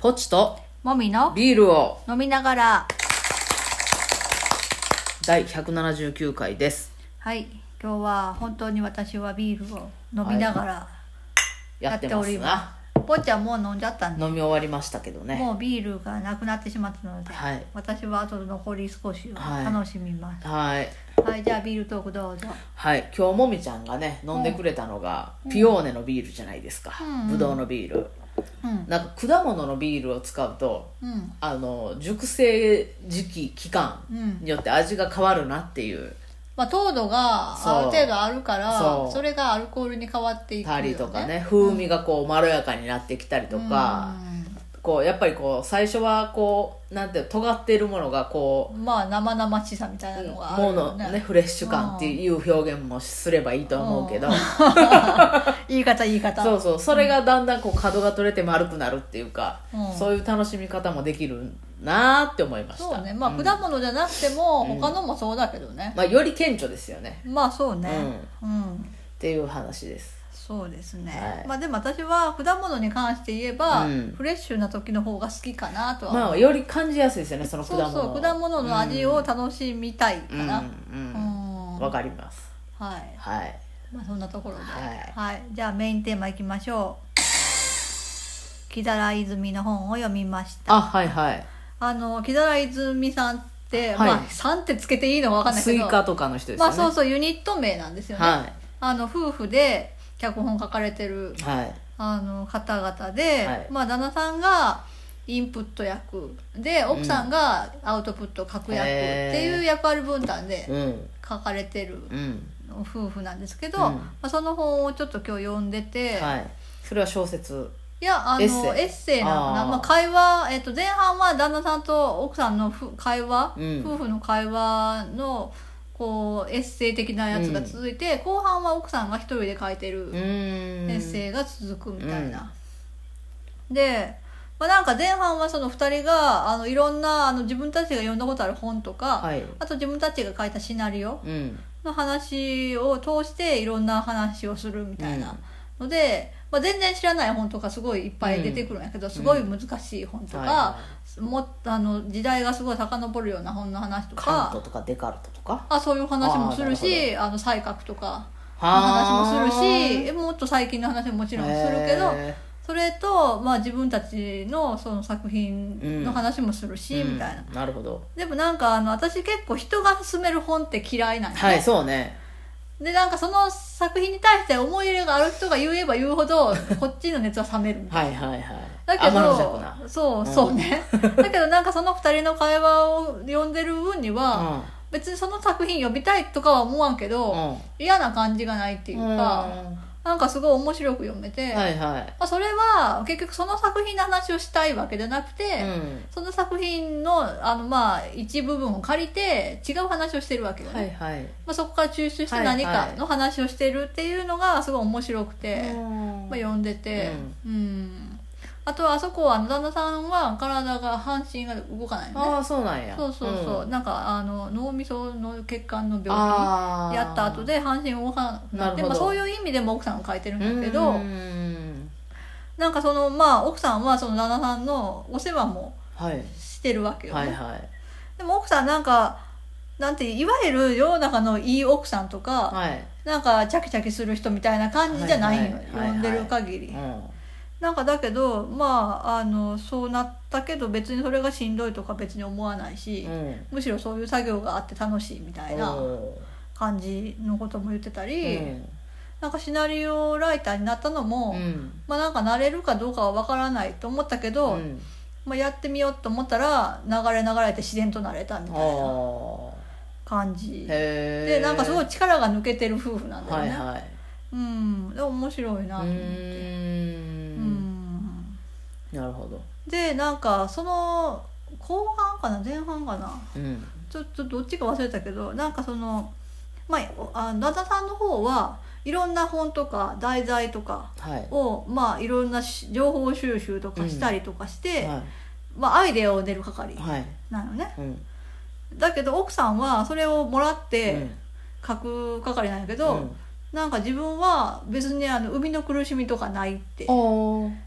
ポチともみのビールを飲みながら。 第179回です。 はい、今日は本当に私はビールを飲みながらやっております。ぽっちゃんもう飲んじゃったんで飲み終わりましたけどね。 もうビールがなくなってしまったので、 はい、 私はあと残り少しを楽しみます。 はい、 はい、じゃあビールトークどうぞ。 はい、今日もみちゃんがね飲んでくれたのが、ピオーネのビールじゃないですか、ぶどうのビール、なんか果物のビールを使うと、熟成時期期間によって味が変わるなっていう、 糖度がある程度あるから、それがアルコールに変わっていくよね。 たりとかね、風味がこうまろやかになってきたりとか、こうやっぱりこう最初はこうなんていう尖っているものがこう生々しさみたいなのがあるよね。 フレッシュ感っていう表現もすればいいと思うけど、 言い方そうそれがだんだんこう角が取れて丸くなるっていうか、そういう楽しみ方もできるなーって思いました。 そうね、果物じゃなくても、他のもそうだけどね、 より顕著ですよね。 そうね、 っていう話です。 そうですね、でも私は果物に関して言えば、フレッシュな時の方が好きかなとは、 より感じやすいですよね、その果物。 そう果物の味を楽しみたいかな。 わかります。 はい、そんなところで、じゃあメインテーマいきましょう。木更泉の本を読みました。木更泉さんって、さんってつけていいのか分かんないけど、 スイカとかの人ですよね。 そうユニット名なんですよね。夫婦で脚本書かれてる、方々で、旦那さんがインプット役で、奥さんがアウトプット書く役っていう役割分担で書かれてる夫婦なんですけど、その本をちょっと今日読んでて、 それは小説？ いやエッセイなのかな。会話、前半は旦那さんと奥さんの会話、夫婦の会話のこうエッセイ的なやつが続いて、後半は奥さんが一人で書いてるエッセイが続くみたいな。で、なんか前半はその2人がいろんな自分たちが読んだことある本とか、あと自分たちが書いたシナリオの話を通していろんな話をするみたいなので、全然知らない本とかすごいいっぱい出てくるんやけど、すごい難しい本とか、時代がすごい遡るような本の話とか、 カントとかデカルトとか、 そういう話もするし、才覚とかの話もするし、もっと最近の話ももちろんするけど、それと、自分たちのその作品の話もするし、みたいな。 なるほど。 でもなんか私結構人が勧める本って嫌いなんよね。 そうね。 でなんかその作品に対して思い入れがある人が言えば言うほどこっちの熱は冷めるみたいな。だけどそうね。だけどなんかその2人の会話を読んでる分には、別にその作品読みたいとかは思わんけど、嫌な感じがないっていうか、なんかすごい面白く読めて、それは結局その作品の話をしたいわけじゃなくて、その作品の一部分を借りて違う話をしてるわけよね。そこから抽出して何かの話をしてるっていうのがすごい面白くて、読んでて、あとはあそこは旦那さんは体が半身が動かないのね。 そうなんや。 そうなんか脳みその血管の病気やった後で半身動かなくなって、そういう意味でも奥さんが書いてるんだけど、なんかその奥さんはその旦那さんのお世話もしてるわけよね。でも奥さんなんかなんていわゆる世の中のいい奥さんとか、なんかチャキチャキする人みたいな感じじゃないのよ、読んでる限り。なんかだけどそうなったけど別にそれがしんどいとか別に思わないし、むしろそういう作業があって楽しいみたいな感じのことも言ってたり、なんかシナリオライターになったのも、なんかなれるかどうかは分からないと思ったけど、やってみようと思ったら流れて自然となれたみたいな感じで、なんかすごい力が抜けてる夫婦なんだよね。でも面白いなと思って。 なるほど。 でなんかその後半かな前半かな、ちょっとどっちか忘れたけど、なんかその旦那さんの方はいろんな本とか題材とかを、いろんな情報収集とかしたりとかして、アイデアを出る係なのね。だけど奥さんはそれをもらって書く係なんやけど、なんか自分は別に生みの苦しみとかないって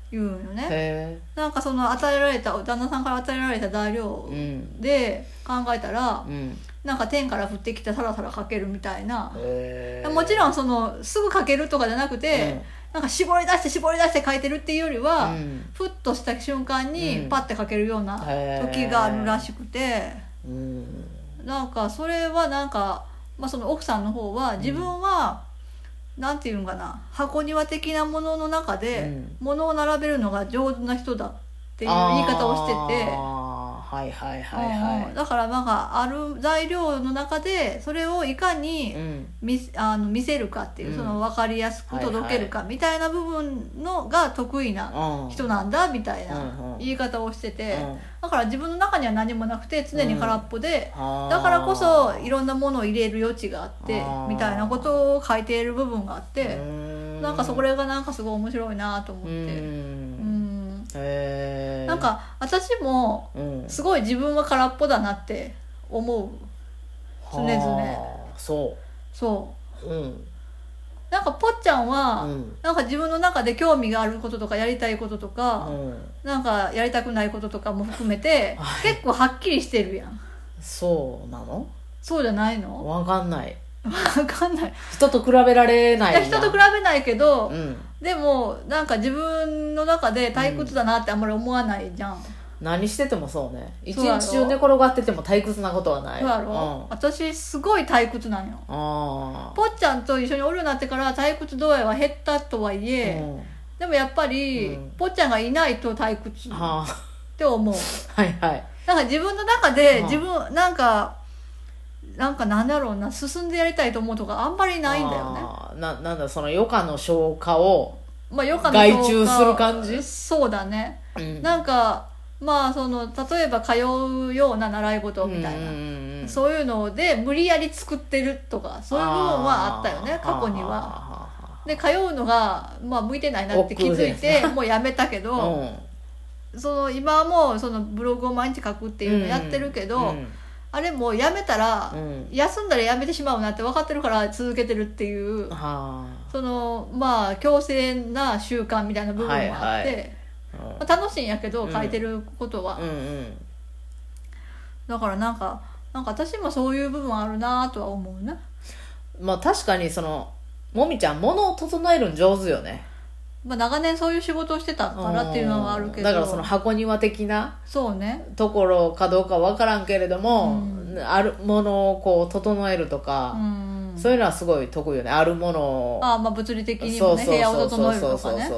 言うよね。なんかその旦那さんから与えられた材料で考えたら、なんか天から降ってきたサラサラかけるみたいな、もちろんそのすぐかけるとかじゃなくて、なんか絞り出して書いてるっていうよりは、ふっとした瞬間にパッてかけるような時があるらしくて、なんかそれはなんか、その奥さんの方は自分は、なんていうんかな、箱庭的なものの中で物を並べるのが上手な人だっていう言い方をしてて、だからなんかある材料の中でそれをいかに見せるかっていう、その分かりやすく届けるかみたいな部分のが得意な人なんだみたいな言い方をしてて、だから自分の中には何もなくて常に空っぽで、だからこそいろんなものを入れる余地があってみたいなことを書いている部分があって、なんかそれがなんかすごい面白いなと思って。なんか私もすごい自分は空っぽだなって思う、常々。そう、なんかぽっちゃんは、なんか自分の中で興味があることとかやりたいこととか、なんかやりたくないこととかも含めて、結構はっきりしてるやん。 そうなの？ そうじゃないの？ わかんない。 人と比べられないな。 人と比べないけど、でもなんか自分の中で退屈だなってあんまり思わないじゃん。 何しててもそうね。一日中寝転がってても退屈なことはない。 そうやろ、私すごい退屈なんよ。ぽっちゃんと一緒におるようになってから退屈度合いは減ったとはいえ、でもやっぱり、ぽっちゃんがいないと退屈って思う。なんか自分の中でなんだろうな、進んでやりたいと思うとかあんまりないんだよね。 なんだその余暇の消化を外注する感じ？ そうだね、なんかその例えば通うような習い事みたいな、そういうので無理やり作ってるとか、そういう部分はあったよね、過去には。で通うのが向いてないなって気づいてもうやめたけど、その今はもうそのブログを毎日書くっていうのやってるけど、あれもうやめたら、休んだらやめてしまうなって分かってるから続けてるっていう、その強制な習慣みたいな部分もあって、楽しいんやけど、書いてることは、だからなんか私もそういう部分あるなとは思うね。 確かにそのもみちゃん物を整えるの上手よね。 長年そういう仕事をしてたからっていうのはあるけど、 だからその箱庭的なところかどうか分からんけれども、あるものをこう整えるとか、そういうのはすごい得意よね。あるものを物理的にもね、部屋を整えるとかね。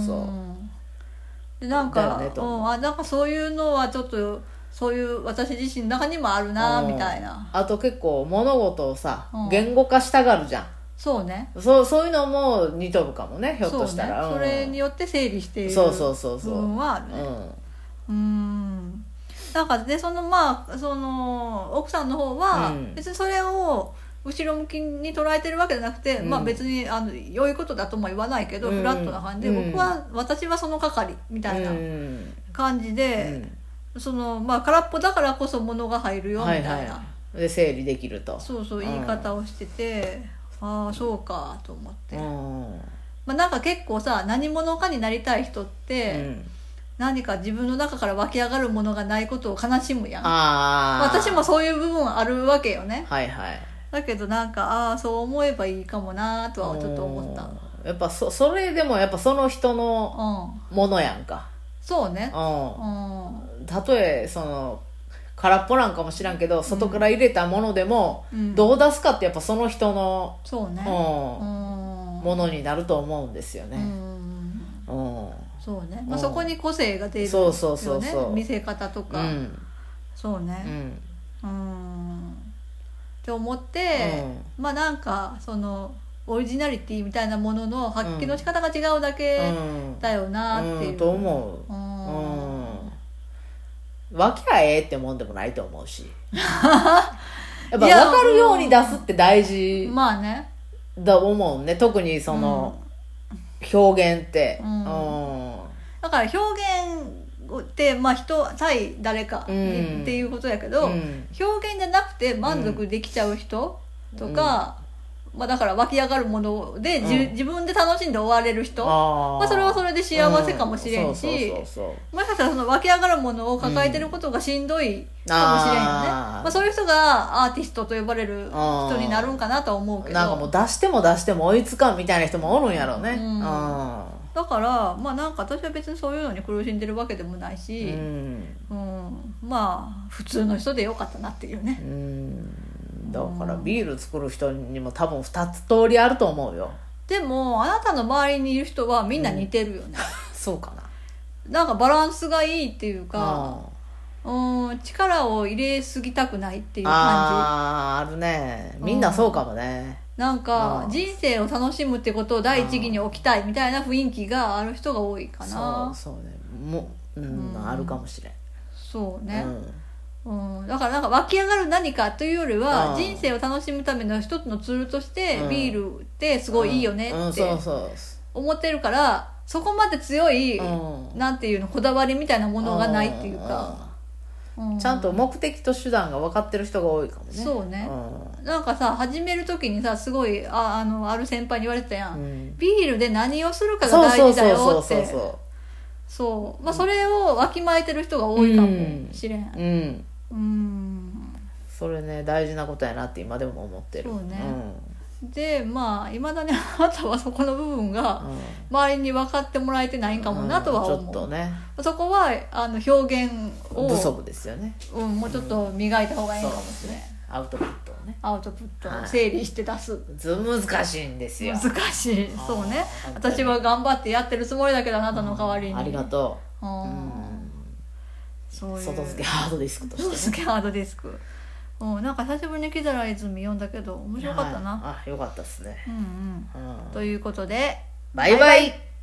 でなんかそういうのはちょっとそういう私自身の中にもあるなみたいな。 あと結構物事をさ、言語化したがるじゃん。 そうね、 そういうのも似とるかもね、ひょっとしたら。 それによって整理している部分はあるね。なんかでその奥さんの方は別にそれを後ろ向きに捉えてるわけじゃなくて、別に良いことだとも言わないけど、フラットな感じで、私はその係みたいな感じで、その空っぽだからこそ物が入るよみたいな、 で整理できると、 言い方をしてて、ああそうかと思って、なんか結構さ、何者かになりたい人って、何か自分の中から湧き上がるものがないことを悲しむやん。私もそういう部分あるわけよね。だけどなんかそう思えばいいかもなとはちょっと思った。 やっぱそれでもやっぱその人のものやんか。 そうね。 たとえその空っぽなんかもしらんけど、外から入れたものでも、どう出すかってやっぱその人のものになると思うんですよね。 そうね。そこに個性が出るよね。見せ方とか。そうね。って思って、なんかそのオリジナリティみたいなものの発揮の仕方が違うだけだよなっていう。 と思う。分けゃええってもんでもないと思うし。やっぱ分かるように出すって大事。だ思うね。特にその表現って。 だから表現って人対誰かっていうことやけど、表現じゃなくて満足できちゃう人とかだから湧き上がるもので、自分で楽しんで終われる人、それはそれで幸せかもしれんし、もしかしたらその湧き上がるものを抱えてることがしんどいかもしれんよね、そういう人がアーティストと呼ばれる人になるんかなとは思うけど、 なんかもう出しても出しても追いつかんみたいな人もおるんやろうね、 だからなんか私は別にそういうのに苦しんでるわけでもないし、普通の人でよかったなっていうね。 だからビール作る人にも多分2つ通りあると思うよ。 でもあなたの周りにいる人はみんな似てるよね、 そうかな。 なんかバランスがいいっていうか、力を入れすぎたくないっていう感じ。 あるね、みんなそうかもね。 なんか人生を楽しむってことを第一義に置きたいみたいな雰囲気がある人が多いかな。 そうね、あるかもしれん。 そうね、だからなんか湧き上がる何かというよりは、人生を楽しむための一つのツールとして、ビールってすごいいいよねって思ってるから、そこまで強い、なんていうの、こだわりみたいなものがないっていうか、 ちゃんと目的と手段が分かってる人が多いかもね。 そうね、なんかさ、始める時にさ、すごいある先輩に言われてたやん、ビールで何をするかが大事だよって。そう、それをわきまえてる人が多いかもしれん。 それね、大事なことやなって今でも思ってる。 そうね、でいまだにあなたはそこの部分が周りに分かってもらえてないかもなとは思う、 ちょっとね、 そこは表現を不足ですよね、 もうちょっと磨いた方がいいかもしれない、 アウトプットをね、 アウトプットを整理して出す、 難しいんですよ。 難しい。そうね、私は頑張ってやってるつもりだけど、あなたの代わりに、 ありがとう。 そういう外付けハードディスクとしてね、 外付けハードディスク、なんか久しぶりにキザライズミ読んだけど面白かったな、 よかったっすね。 ということで、 バイバイ。